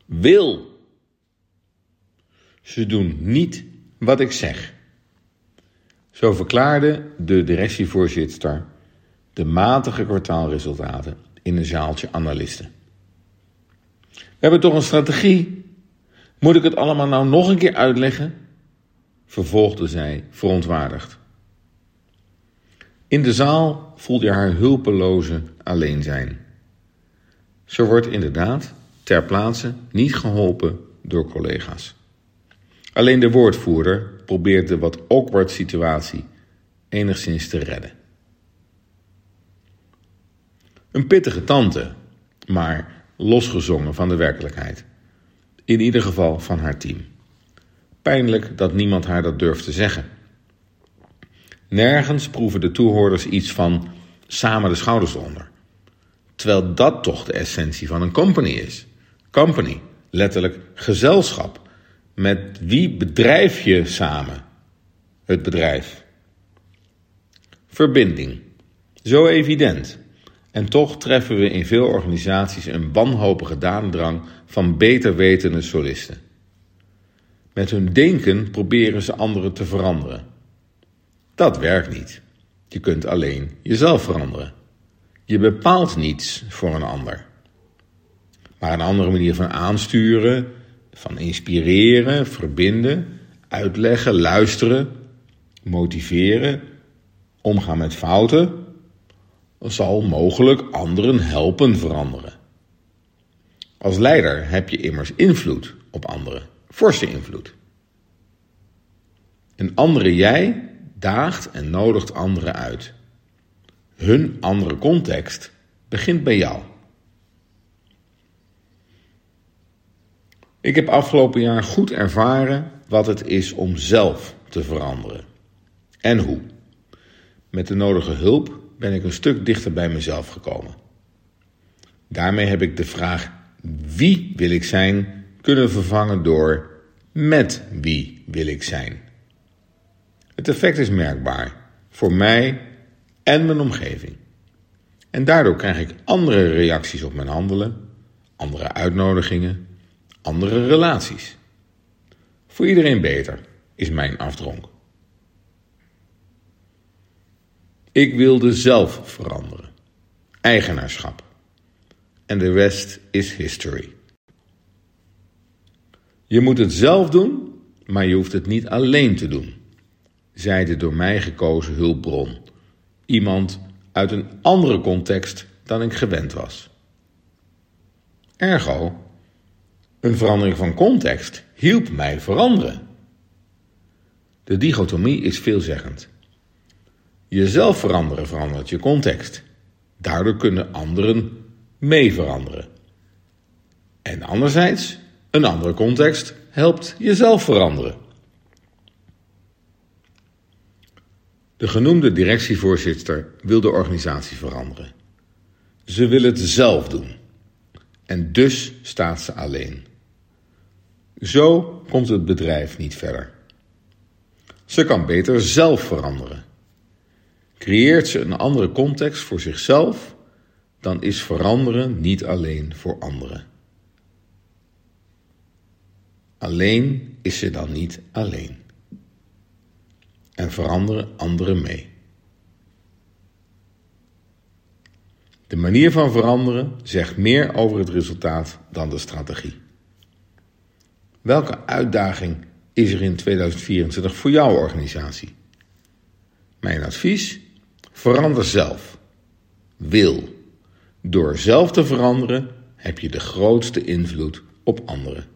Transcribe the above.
Wil. Ze doen niet wat ik zeg. Zo verklaarde de directievoorzitter de matige kwartaalresultaten in een zaaltje analisten. We hebben toch een strategie? Moet ik het allemaal nou nog een keer uitleggen? Vervolgde zij verontwaardigd. In de zaal voelde je haar hulpeloze alleen zijn. Ze wordt inderdaad ter plaatse niet geholpen door collega's. Alleen de woordvoerder probeert de wat awkward situatie enigszins te redden. Een pittige tante, maar losgezongen van de werkelijkheid. In ieder geval van haar team. Pijnlijk dat niemand haar dat durft te zeggen. Nergens proeven de toehoorders iets van samen de schouders eronder. Terwijl dat toch de essentie van een company is. Company, letterlijk gezelschap. Met wie bedrijf je samen? Het bedrijf. Verbinding. Zo evident. En toch treffen we in veel organisaties een wanhopige dadendrang van beter wetende solisten. Met hun denken proberen ze anderen te veranderen. Dat werkt niet. Je kunt alleen jezelf veranderen. Je bepaalt niets voor een ander. Maar een andere manier van aansturen, van inspireren, verbinden, uitleggen, luisteren, motiveren, omgaan met fouten, zal mogelijk anderen helpen veranderen. Als leider heb je immers invloed op anderen, forse invloed. Een andere jij daagt en nodigt anderen uit. Hun andere context begint bij jou. Ik heb afgelopen jaar goed ervaren wat het is om zelf te veranderen. En hoe. Met de nodige hulp ben ik een stuk dichter bij mezelf gekomen. Daarmee heb ik de vraag wie wil ik zijn kunnen vervangen door met wie wil ik zijn. Het effect is merkbaar voor mij en mijn omgeving. En daardoor krijg ik andere reacties op mijn handelen, andere uitnodigingen, andere relaties. Voor iedereen beter is mijn afdronk. Ik wilde zelf veranderen. Eigenaarschap. En de rest is history. Je moet het zelf doen, maar je hoeft het niet alleen te doen, zei de door mij gekozen hulpbron. Iemand uit een andere context dan ik gewend was. Ergo, een verandering van context hielp mij veranderen. De dichotomie is veelzeggend. Jezelf veranderen verandert je context. Daardoor kunnen anderen mee veranderen. En anderzijds, een andere context helpt jezelf veranderen. De genoemde directievoorzitter wil de organisatie veranderen. Ze wil het zelf doen. En dus staat ze alleen. Zo komt het bedrijf niet verder. Ze kan beter zelf veranderen. Creëert ze een andere context voor zichzelf, dan is veranderen niet alleen voor anderen. Alleen is ze dan niet alleen. En veranderen anderen mee. De manier van veranderen zegt meer over het resultaat dan de strategie. Welke uitdaging is er in 2024 voor jouw organisatie? Mijn advies? Verander zelf. Wil. Door zelf te veranderen heb je de grootste invloed op anderen.